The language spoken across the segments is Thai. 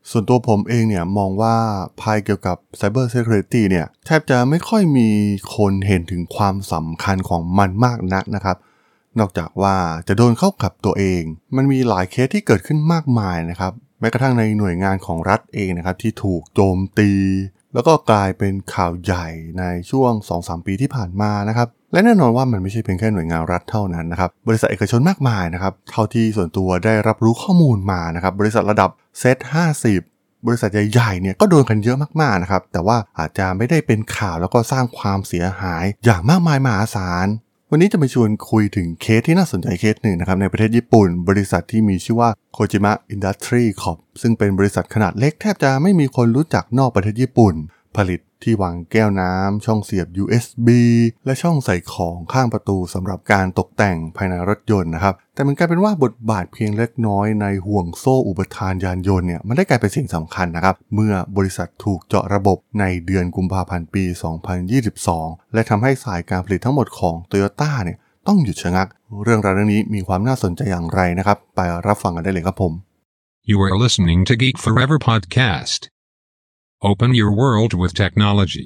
ส่วนตัวผมเองเนี่ยมองว่าภัยเกี่ยวกับ Cyber Security เนี่ยแทบจะไม่ค่อยมีคนเห็นถึงความสำคัญของมันมากนักนะครับนอกจากว่าจะโดนเข้ากับตัวเองมันมีหลายเคสที่เกิดขึ้นมากมายนะครับแม้กระทั่งในหน่วยงานของรัฐเองนะครับที่ถูกโจมตีแล้วก็กลายเป็นข่าวใหญ่ในช่วง 2-3 ปีที่ผ่านมานะครับและแน่นอนว่ามันไม่ใช่เพียงแค่หน่วยงานรัฐเท่านั้นนะครับบริษัทเอกชนมากมายนะครับเท่าที่ส่วนตัวได้รับรู้ข้อมูลมานะครับบริษัทระดับเซต50บริษัทใหญ่ๆเนี่ยก็โดนกันเยอะมากๆนะครับแต่ว่าอาจจะไม่ได้เป็นข่าวแล้วก็สร้างความเสียหายอย่างมากมายมหาศาลวันนี้จะไปชวนคุยถึงเคสที่น่าสนใจเคสหนึ่งนะครับในประเทศญี่ปุ่นบริษัทที่มีชื่อว่า Kojima Industry Corp ซึ่งเป็นบริษัทขนาดเล็กแทบจะไม่มีคนรู้จักนอกประเทศญี่ปุ่นผลิตที่วางแก้วน้ำช่องเสียบ USB และช่องใส่ของข้างประตูสำหรับการตกแต่งภายในรถยนต์นะครับแต่มันกลายเป็นว่าบทบาทเพียงเล็กน้อยในห่วงโซ่อุปทานยานยนต์เนี่ยมันได้กลายเป็นสิ่งสำคัญนะครับเมื่อบริษัทถูกเจาะระบบในเดือนกุมภาพันธ์ปี 2022 และทำให้สายการผลิตทั้งหมดของ Toyota เนี่ยต้องหยุดชะงักเรื่องราวนี้มีความน่าสนใจอย่างไรนะครับไปรับฟังกันได้เลยครับผม You are listening to Geek Forever podcast. Open your world with technology.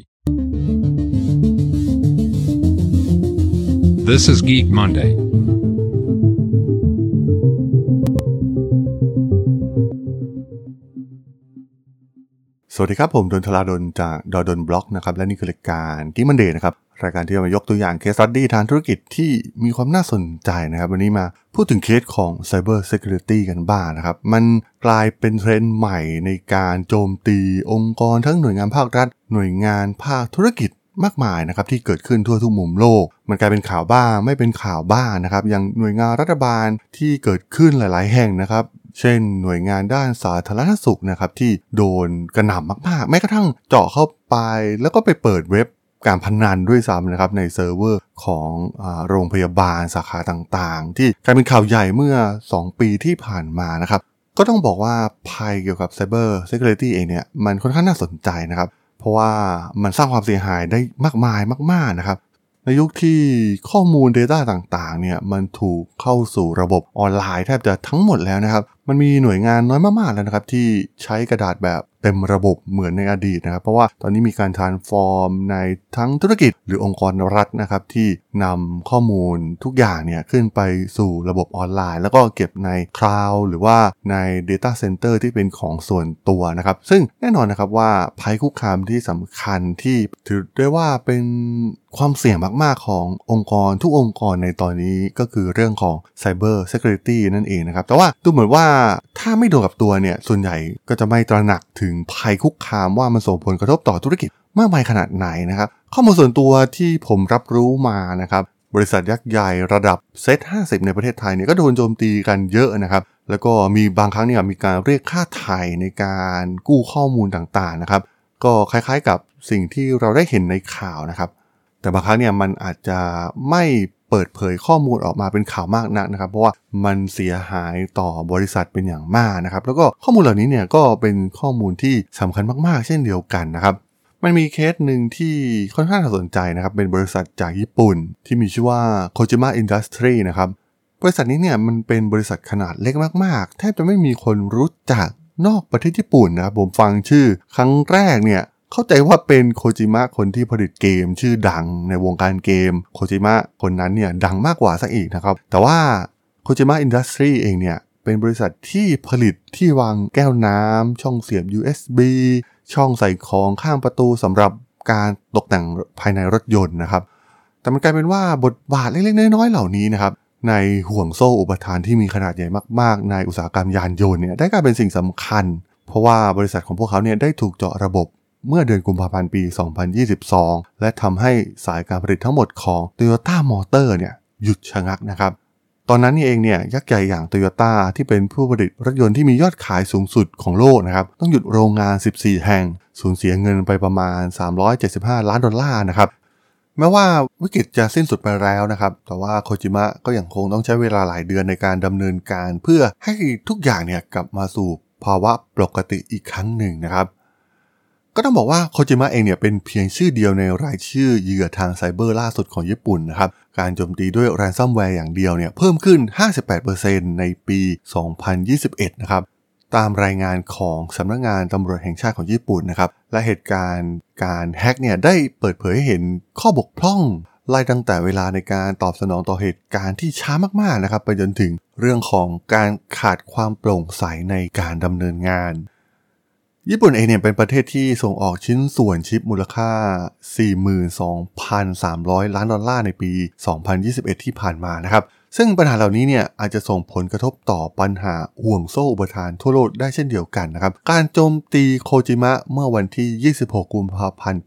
This is Geek Monday. สวัสดีครับผมดนทราดลจากดนบล็อกนะครับและนี่คือรายการ Geek Monday นะครับรายการที่จะมายกตัวอย่างเคสสตั๊ดดี้ทางธุรกิจที่มีความน่าสนใจนะครับวันนี้มาพูดถึงเคสของ Cyber Security กันบ้างนะครับมันกลายเป็นเทรนด์ใหม่ในการโจมตีองค์กรทั้งหน่วยงานภาครัฐหน่วยงานภาคธุรกิจมากมายนะครับที่เกิดขึ้นทั่วทุกมุมโลกมันกลายเป็นข่าวบ้างไม่เป็นข่าวบ้างนะครับอย่างหน่วยงานรัฐบาลที่เกิดขึ้นหลายๆแห่งนะครับเช่นหน่วยงานด้านสาธารณสุขนะครับที่โดนกระหน่ำมากๆแม้กระทั่งเจาะเข้าไปแล้วก็ไปเปิดเว็บการพนันด้วยซ้ำนะครับในเซิร์ฟเวอร์ของโรงพยาบาลสาขาต่างๆที่กลายเป็นข่าวใหญ่เมื่อ2ปีที่ผ่านมานะครับก็ต้องบอกว่าภัยเกี่ยวกับ Cyber Security เองเนี่ยมันค่อนข้างน่าสนใจนะครับเพราะว่ามันสร้างความเสียหายได้มากมายมากๆนะครับในยุคที่ข้อมูล Data ต่างๆเนี่ยมันถูกเข้าสู่ระบบออนไลน์แทบจะทั้งหมดแล้วนะครับมันมีหน่วยงานน้อยมากๆแล้วนะครับที่ใช้กระดาษแบบเต็มระบบเหมือนในอดีตนะครับเพราะว่าตอนนี้มีการ transform ในทั้งธุรกิจหรือองค์กรรัฐนะครับที่นำข้อมูลทุกอย่างเนี่ยขึ้นไปสู่ระบบออนไลน์แล้วก็เก็บใน cloud หรือว่าใน data center ที่เป็นของส่วนตัวนะครับซึ่งแน่นอนนะครับว่าภัยคุกคามที่สำคัญที่ถือได้ว่าเป็นความเสี่ยงมากๆขององค์กรทุกองค์กรในตอนนี้ก็คือเรื่องของ Cyber Security นั่นเองนะครับแต่ว่าดูเหมือนว่าถ้าไม่โดนกับตัวเนี่ยส่วนใหญ่ก็จะไม่ตระหนักถึงภัยคุกคามว่ามันส่งผลกระทบต่อธุรกิจมากมายขนาดไหนนะครับข้อมูลส่วนตัวที่ผมรับรู้มานะครับบริษัทยักษ์ใหญ่ระดับเซต50ในประเทศไทยเนี่ยก็โดนโจมตีกันเยอะนะครับแล้วก็มีบางครั้งเนี่ยมีการเรียกค่าไถ่ในการกู้ข้อมูลต่างๆนะครับก็คล้ายๆกับสิ่งที่เราได้เห็นในข่าวนะครับแต่บางครั้งเนี่ยมันอาจจะไม่เปิดเผยข้อมูลออกมาเป็นข่าวมากนักนะครับเพราะว่ามันเสียหายต่อบริษัทเป็นอย่างมากนะครับแล้วก็ข้อมูลเหล่านี้เนี่ยก็เป็นข้อมูลที่สำคัญมากๆเช่นเดียวกันนะครับมันมีเคสหนึ่งที่ค่อนข้างน่าสนใจนะครับเป็นบริษัทจากญี่ปุ่นที่มีชื่อว่า Kojima Industry นะครับบริษัทนี้เนี่ยมันเป็นบริษัทขนาดเล็กมากๆแทบจะไม่มีคนรู้จักนอกประเทศญี่ปุ่นนะครับผมฟังชื่อครั้งแรกเนี่ยเข้าใจว่าเป็นโคจิมะคนที่ผลิตเกมชื่อดังในวงการเกมโคจิมะคนนั้นเนี่ยดังมากกว่าซะอีกนะครับแต่ว่าโคจิมะอินดัสทรีเองเนี่ยเป็นบริษัทที่ผลิตที่วางแก้วน้ำช่องเสียบ USB ช่องใส่ของข้างประตูสำหรับการตกแต่งภายในรถยนต์นะครับแต่มันกลายเป็นว่าบทบาทเล็กๆน้อยๆเหล่านี้นะครับในห่วงโซ่อุปทานที่มีขนาดใหญ่มากๆในอุตสาหกรรมยานยนต์เนี่ยได้กลายเป็นสิ่งสำคัญเพราะว่าบริษัทของพวกเขาเนี่ยได้ถูกเจาะระบบเมื่อเดือนกุมภาพันธ์ปี 2022 และทำให้สายการผลิตทั้งหมดของ Toyota Motor เนี่ยหยุดชะงักนะครับตอนนั้นนี่เองเนี่ยยักษ์ใหญ่อย่าง Toyota ที่เป็นผู้ผลิตรถยนต์ที่มียอดขายสูงสุดของโลกนะครับต้องหยุดโรงงาน14แห่งสูญเสียเงินไปประมาณ$375 ล้านนะครับแม้ว่าวิกฤตจะสิ้นสุดไปแล้วนะครับแต่ว่าโคจิมะก็ยังคงต้องใช้เวลาหลายเดือนในการดำเนินการเพื่อให้ทุกอย่างเนี่ยกลับมาสู่ภาวะปกติอีกครั้งหนึ่งนะครับก็ต้องบอกว่าโคจิมะเองเนี่ยเป็นเพียงชื่อเดียวในรายชื่อเหยื่อทางไซเบอร์ล่าสุดของญี่ปุ่นนะครับการโจมตีด้วยแรนซัมแวร์อย่างเดียวเนี่ยเพิ่มขึ้น 58% ในปี 2021 นะครับแตามรายงานของสำนักงานตำรวจแห่งชาติของญี่ปุ่นนะครับและเหตุการณ์การแฮกเนี่ยได้เปิดเผยให้เห็นข้อบกพร่องไล่ตั้งแต่เวลาในการตอบสนองต่อเหตุการณ์ที่ช้ามากๆนะครับไปจนถึงเรื่องของการขาดความโปร่งใสในการดำเนินงานญี่ปุ่นเองเนี่ยเป็นประเทศที่ส่งออกชิ้นส่วนชิปมูลค่า 42,300 ล้านดอลลาร์ในปี 2021 ที่ผ่านมานะครับซึ่งปัญหาเหล่านี้เนี่ยอาจจะส่งผลกระทบต่อปัญหาห่วงโซ่อุปทานทั่วโลกได้เช่นเดียวกันนะครับการโจมตีโคจิมะเมื่อวันที่ 26 กุมภาพันธ์ ปี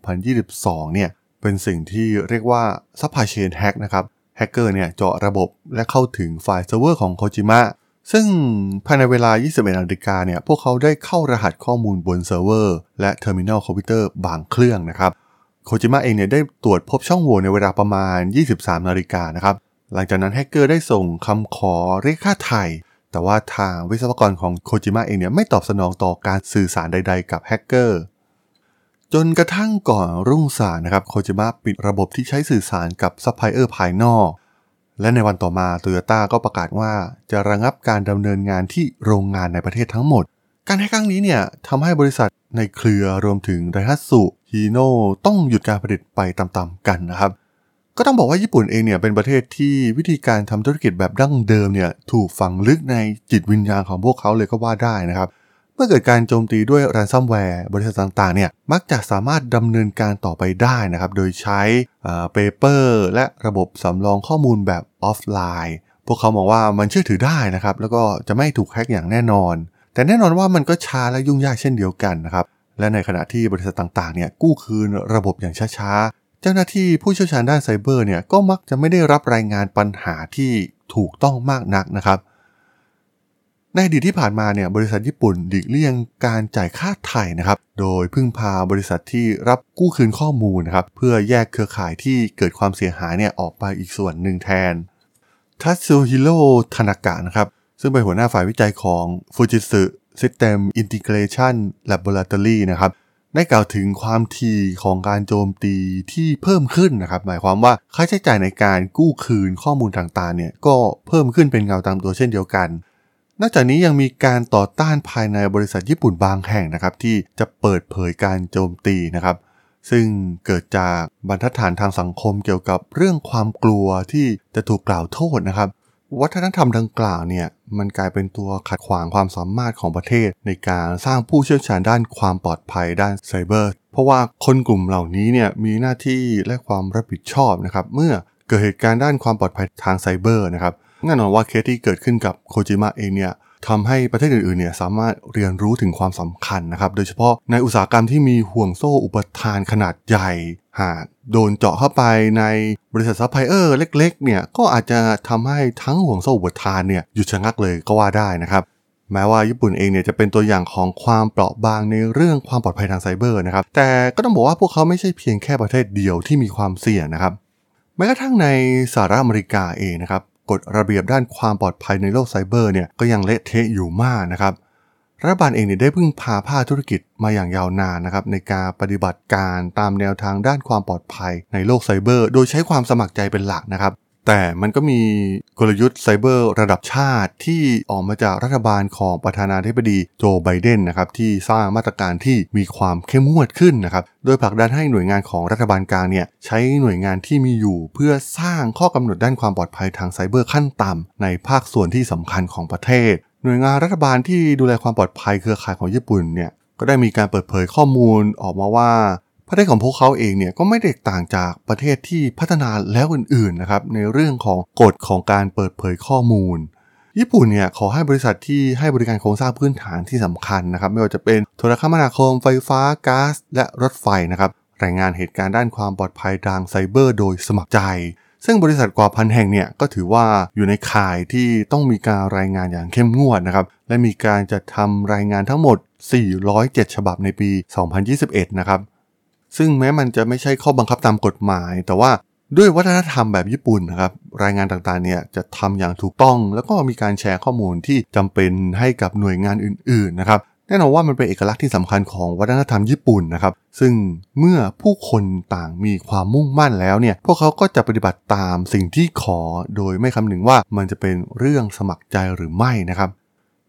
2022 เนี่ยเป็นสิ่งที่เรียกว่า Supply Chain Hack นะครับแฮกเกอร์เนี่ยเจาะระบบและเข้าถึงไฟล์เซิร์ฟเวอร์ของโคจิมะซึ่งภายในเวลา 21 นาฬิกาเนี่ยพวกเขาได้เข้ารหัสข้อมูลบนเซิร์ฟเวอร์และเทอร์มินัลคอมพิวเตอร์บางเครื่องนะครับโคจิมะเองเนี่ยได้ตรวจพบช่องโหว่ในเวลาประมาณ 23 นาฬิกานะครับหลังจากนั้นแฮกเกอร์ได้ส่งคำขอเรียกค่าไถ่แต่ว่าทางวิศวกรของโคจิมะเองเนี่ยไม่ตอบสนองต่อการสื่อสารใดๆกับแฮกเกอร์จนกระทั่งก่อนรุ่งสางนะครับโคจิมะปิดระบบที่ใช้สื่อสารกับซัพพลายเออร์ภายนอกและในวันต่อมาโตโยต้าก็ประกาศว่าจะระงับการดำเนินงานที่โรงงานในประเทศทั้งหมดการแฮกครั้งนี้เนี่ยทำให้บริษัทในเครือรวมถึงไดฮัตสึฮีโน่ต้องหยุดการผลิตไปตามๆกันนะครับก็ต้องบอกว่าญี่ปุ่นเองเนี่ยเป็นประเทศที่วิธีการทำธุรกิจแบบดั้งเดิมเนี่ยถูกฝังลึกในจิตวิญญาณของพวกเขาเลยก็ว่าได้นะครับเมื่อเกิดการโจมตีด้วยแรนซัมแวร์บริษัทต่างๆเนี่ยมักจะสามารถดำเนินการต่อไปได้นะครับโดยใช้เปเปอร์และระบบสำรองข้อมูลแบบออฟไลน์พวกเขามองว่ามันเชื่อถือได้นะครับแล้วก็จะไม่ถูกแฮกอย่างแน่นอนแต่แน่นอนว่ามันก็ช้าและยุ่งยากเช่นเดียวกันนะครับและในขณะที่บริษัทต่างๆเนี่ยกู้คืนระบบอย่างช้าๆเจ้าหน้าที่ผู้เชี่ยวชาญด้านไซเบอร์เนี่ยก็มักจะไม่ได้รับรายงานปัญหาที่ถูกต้องมากนักนะครับในอดีตที่ผ่านมาเนี่ยบริษัทญี่ปุ่นหลีกเลี่ยงการจ่ายค่าไถ่นะครับโดยพึ่งพาบริษัทที่รับกู้คืนข้อมูลนะครับเพื่อแยกเครือข่ายที่เกิดความเสียหายเนี่ยออกไปอีกส่วนหนึ่งแทนทัตสึฮิโร่ ทานากะนะครับซึ่งเป็นหัวหน้าฝ่ายวิจัยของ Fujitsu System Integration Laboratory นะครับได้กล่าวถึงความถี่ของการโจมตีที่เพิ่มขึ้นนะครับหมายความว่าค่าใช้จ่ายในการกู้คืนข้อมูลต่างๆเนี่ยก็เพิ่มขึ้นเป็นเงาตามตัวเช่นเดียวกันนอกจากนี้ยังมีการต่อต้านภายในบริษัทญี่ปุ่นบางแห่งนะครับที่จะเปิดเผยการโจมตีนะครับซึ่งเกิดจากบรรทัดฐานทางสังคมเกี่ยวกับเรื่องความกลัวที่จะถูกกล่าวโทษนะครับวัฒนธรรมดังกล่าวเนี่ยมันกลายเป็นตัวขัดขวางความสามารถของประเทศในการสร้างผู้เชี่ยวชาญด้านความปลอดภัยด้านไซเบอร์เพราะว่าคนกลุ่มเหล่านี้เนี่ยมีหน้าที่และความรับผิดชอบนะครับเมื่อเกิดเหตุการณ์ด้านความปลอดภัยทางไซเบอร์นะครับแน่นอนว่าเคสที่เกิดขึ้นกับโคจิมะเองเนี่ยทำให้ประเทศอื่นๆเนี่ยสามารถเรียนรู้ถึงความสำคัญนะครับโดยเฉพาะในอุตสาหกรรมที่มีห่วงโซ่อุปทานขนาดใหญ่หากโดนเจาะเข้าไปในบริษัทซัพพลายเออร์เล็กๆเนี่ยก็อาจจะทำให้ทั้งห่วงโซ่อุปทานเนี่ยหยุดชะงักเลยก็ว่าได้นะครับแม้ว่าญี่ปุ่นเองเนี่ยจะเป็นตัวอย่างของความเปราะบางในเรื่องความปลอดภัยทางไซเบอร์นะครับแต่ก็ต้องบอกว่าพวกเขาไม่ใช่เพียงแค่ประเทศเดียวที่มีความเสี่ยงนะครับแม้กระทั่งในสหรัฐอเมริกาเองนะครับกฎระเบียบด้านความปลอดภัยในโลกไซเบอร์เนี่ยก็ยังเละเทะอยู่มากนะครับรัฐบาลเองเนี่ยได้พึ่งพาภาคธุรกิจมาอย่างยาวนานนะครับในการปฏิบัติการตามแนวทางด้านความปลอดภัยในโลกไซเบอร์โดยใช้ความสมัครใจเป็นหลักนะครับแต่มันก็มีกลยุทธ์ไซเบอร์ระดับชาติที่ออกมาจากรัฐบาลของประธานาธิบดีโจไบเดนนะครับที่สร้างมาตรการที่มีความเข้มงวดขึ้นนะครับโดยผลักดันให้หน่วยงานของรัฐบาลกลางเนี่ยใช้หน่วยงานที่มีอยู่เพื่อสร้างข้อกำหนดด้านความปลอดภัยทางไซเบอร์ขั้นต่ำในภาคส่วนที่สำคัญของประเทศหน่วยงานรัฐบาลที่ดูแลความปลอดภัยเครือข่ายของญี่ปุ่นเนี่ยก็ได้มีการเปิดเผยข้อมูลออกมาว่าประเทศของพวกเขาเองเนี่ยก็ไม่ได้ต่างจากประเทศที่พัฒนาแล้วอื่นๆนะครับในเรื่องของกฎของการเปิดเผยข้อมูลญี่ปุ่นเนี่ยขอให้บริษัทที่ให้บริการโครงสร้างพื้นฐานที่สำคัญนะครับไม่ว่าจะเป็นโทรคมนาคมไฟฟ้าก๊าซและรถไฟนะครับรายงานเหตุการณ์ด้านความปลอดภัยทางไซเบอร์โดยสมัครใจซึ่งบริษัทกว่าพันแห่งเนี่ยก็ถือว่าอยู่ในข่ายที่ต้องมีการรายงานอย่างเข้มงวดนะครับและมีการจัดทำรายงานทั้งหมด407ฉบับในปี2021นะครับซึ่งแม้มันจะไม่ใช่ข้อบังคับตามกฎหมายแต่ว่าด้วยวัฒนธรรมแบบญี่ปุ่นนะครับรายงานต่างๆเนี่ยจะทำอย่างถูกต้องแล้วก็มีการแชร์ข้อมูลที่จำเป็นให้กับหน่วยงานอื่นๆนะครับแน่นอนว่ามันเป็นเอกลักษณ์ที่สำคัญของวัฒนธรรมญี่ปุ่นนะครับซึ่งเมื่อผู้คนต่างมีความมุ่งมั่นแล้วเนี่ยพวกเขาก็จะปฏิบัติตามสิ่งที่ขอโดยไม่คำนึงว่ามันจะเป็นเรื่องสมัครใจหรือไม่นะครับ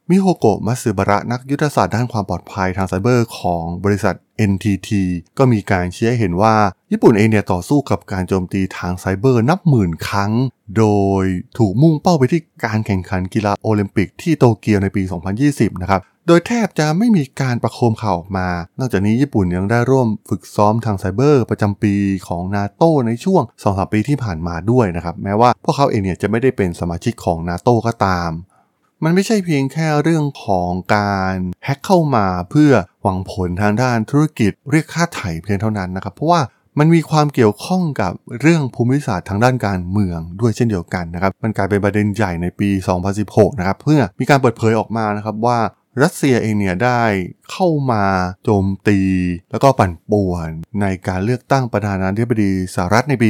มิโฮโกะ มัตสึบาระนักยุทธศาสตร์ด้านความปลอดภัยทางไซเบอร์ของบริษัท NTT ก็มีการชี้ให้เห็นว่าญี่ปุ่นเองเนี่ยต่อสู้กับการโจมตีทางไซเบอร์นับหมื่นครั้งโดยถูกมุ่งเป้าไปที่การแข่งขันกีฬาโอลิมปิกที่โตเกียวในปี 2020 นะครับโดยแทบจะไม่มีการประโคมข่าวออกมานอกจากนี้ญี่ปุ่นยังได้ร่วมฝึกซ้อมทางไซเบอร์ประจำปีของ NATO ในช่วง 2-3 ปีที่ผ่านมาด้วยนะครับแม้ว่าพวกเขาเองเนี่ยจะไม่ได้เป็นสมาชิกของ NATO ก็ตามมันไม่ใช่เพียงแค่เรื่องของการแฮ็กเข้ามาเพื่อหวังผลทางด้านธุรกิจเรียกค่าไถ่เพียงเท่านั้นนะครับเพราะว่ามันมีความเกี่ยวข้องกับเรื่องภูมิศาสตร์ทางด้านการเมืองด้วยเช่นเดียวกันนะครับมันกลายเป็นประเด็นใหญ่ในปี 2016 นะครับเพื่อมีการเปิดเผยออกมานะครับว่ารัสเซียเองเนี่ยได้เข้ามาโจมตีแล้วก็ปั่นป่วนในการเลือกตั้งประธานาธิบดีสหรัฐในปี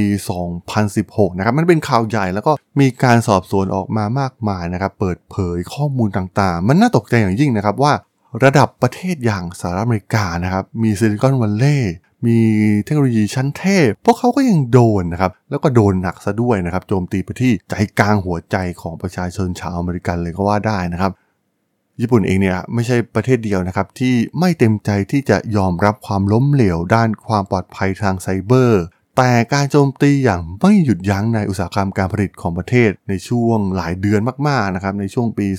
2016 นะครับมันเป็นข่าวใหญ่แล้วก็มีการสอบสวนออกมามากมายนะครับเปิดเผยข้อมูลต่างๆมันน่าตกใจอย่างยิ่งนะครับว่าระดับประเทศอย่างสหรัฐอเมริกานะครับมีซิลิคอนวัลเลย์มีเทคโนโลยีชั้นเทพพวกเขาก็ยังโดนนะครับแล้วก็โดนหนักซะด้วยนะครับโจมตีไปที่ใจกลางหัวใจของประชาชนชาวอเมริกันเลยก็ว่าได้นะครับญี่ปุ่นเองเนี่ยไม่ใช่ประเทศเดียวนะครับที่ไม่เต็มใจที่จะยอมรับความล้มเหลวด้านความปลอดภัยทางไซเบอร์แต่การโจมตีอย่างไม่หยุดยั้งในอุตสาหกรรมการผลิตของประเทศในช่วงหลายเดือนมากๆนะครับในช่วงปี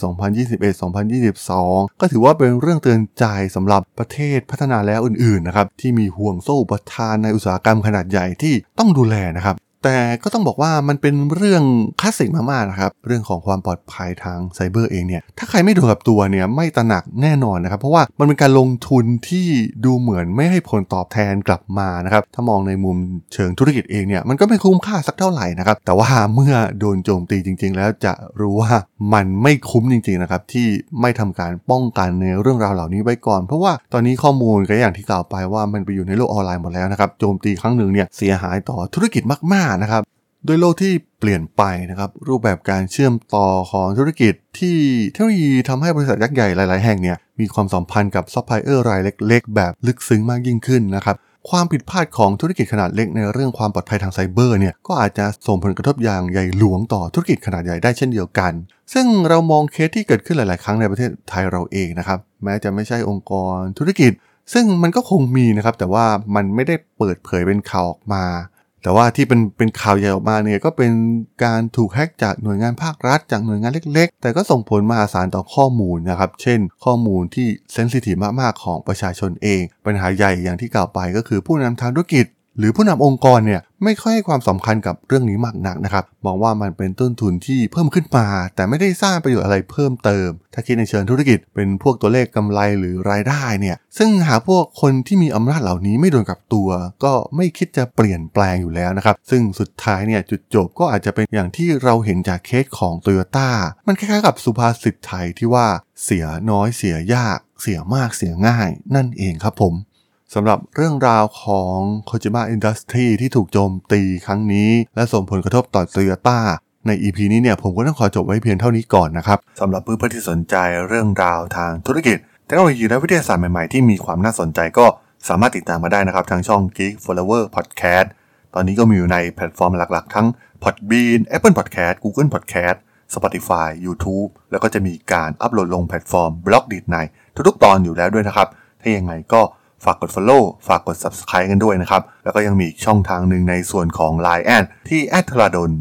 2021-2022 ก็ถือว่าเป็นเรื่องเตือนใจสำหรับประเทศพัฒนาแล้วอื่นๆนะครับที่มีห่วงโซ่อุปทานในอุตสาหกรรมขนาดใหญ่ที่ต้องดูแลนะครับแต่ก็ต้องบอกว่ามันเป็นเรื่องคลาสสิกมากๆนะครับเรื่องของความปลอดภัยทางไซเบอร์เองเนี่ยถ้าใครไม่โดนกับตัวเนี่ยไม่ตระหนักแน่นอนนะครับเพราะว่ามันเป็นการลงทุนที่ดูเหมือนไม่ให้ผลตอบแทนกลับมานะครับถ้ามองในมุมเชิงธุรกิจเองเนี่ยมันก็ไม่คุ้มค่าสักเท่าไหร่นะครับแต่ว่าเมื่อโดนโจมตีจริงๆแล้วจะรู้ว่ามันไม่คุ้มจริงๆนะครับที่ไม่ทำการป้องกันในเรื่องราวเหล่านี้ไว้ก่อนเพราะว่าตอนนี้ข้อมูลก็อย่างที่กล่าวไปว่ามันไปอยู่ในโลกออนไลน์หมดแล้วนะครับโจมตีครั้งหนึ่งเนี่ยเสียหายต่อธุรกิจมากๆนะครับโดยโลกที่เปลี่ยนไปนะครับรูปแบบการเชื่อมต่อของธุรกิจที่เทคโนโลยีทำให้บริษัทยักษ์ใหญ่หลายๆแห่งเนี่ยมีความสัมพันธ์กับซัพพลายเออร์รายเล็กๆแบบลึกซึ้งมากยิ่งขึ้นนะครับความผิดพลาดของธุรกิจขนาดเล็กในเรื่องความปลอดภัยทางไซเบอร์เนี่ยก็อาจจะส่งผลกระทบอย่างใหญ่หลวงต่อธุรกิจขนาดใหญ่ได้เช่นเดียวกันซึ่งเรามองเคสที่เกิดขึ้นหลายๆครั้งในประเทศไทยเราเองนะครับแม้จะไม่ใช่องค์กรธุรกิจซึ่งมันก็คงมีนะครับแต่ว่ามันไม่ได้เปิดเผยเป็นข่าวออกมาแต่ว่าที่เป็นข่าวใหญ่ออกมาเนี่ยก็เป็นการถูกแฮ็กจากหน่วยงานภาครัฐจากหน่วยงานเล็กๆแต่ก็ส่งผลมหาศาลต่อข้อมูลนะครับเช่นข้อมูลที่เซนซิทีฟมากๆของประชาชนเองปัญหาใหญ่อย่างที่กล่าวไปก็คือผู้นำทางธุรกิจหรือผู้นำองค์กรเนี่ยไม่ค่อยให้ความสำคัญกับเรื่องนี้มากนักนะครับมองว่ามันเป็นต้นทุนที่เพิ่มขึ้นมาแต่ไม่ได้สร้างประโยชน์อะไรเพิ่มเติมถ้าคิดในเชิงธุรกิจเป็นพวกตัวเลขกำไรหรือรายได้เนี่ยซึ่งหาพวกคนที่มีอำนาจเหล่านี้ไม่โดนกับตัวก็ไม่คิดจะเปลี่ยนแปลงอยู่แล้วนะครับซึ่งสุดท้ายเนี่ยจุดจบก็อาจจะเป็นอย่างที่เราเห็นจากเคสของ Toyota มันคล้ายๆกับสุภาษิตไทยที่ว่าเสียน้อยเสียยากเสียมากเสียง่ายนั่นเองครับผมสำหรับเรื่องราวของ Kojima Industry ที่ถูกโจมตีครั้งนี้และส่งผลกระทบต่อ Toyota ใน EP นี้เนี่ยผมก็ต้องขอจบไว้เพียงเท่านี้ก่อนนะครับสำหรับเพื่อนๆที่สนใจเรื่องราวทางธุรกิจเทคโนโลยีและวิทยาศาสตร์ใหม่ๆที่มีความน่าสนใจก็สามารถติดตามมาได้นะครับทางช่อง Geek Forever Podcast ตอนนี้ก็มีอยู่ในแพลตฟอร์มหลักๆทั้ง Podbean Apple Podcast Google Podcast Spotify YouTube แล้วก็จะมีการอัปโหลดลงแพลตฟอร์ม Blogdit ในทุกๆตอนอยู่แล้วด้วยนะครับถ้ายังไงก็ฝากกด follow ฝากกด subscribe กันด้วยนะครับแล้วก็ยังมีอีกช่องทางหนึ่งในส่วนของ Line แอดที่ @thradol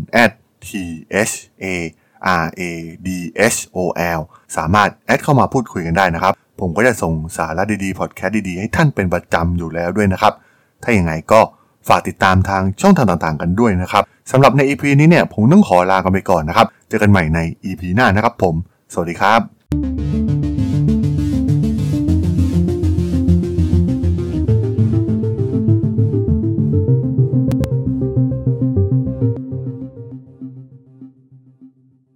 @THARADSOL สามารถแอดเข้ามาพูดคุยกันได้นะครับผมก็จะส่งสาระดีๆพอดแคสต์ดีๆให้ท่านเป็นประจำอยู่แล้วด้วยนะครับถ้าอย่างไรก็ฝากติดตามทางช่องทางต่างๆกันด้วยนะครับสำหรับใน EP นี้เนี่ยผมต้องขอลากันไปก่อนนะครับเจอกันใหม่ใน EP หน้านะครับผมสวัสดีครับ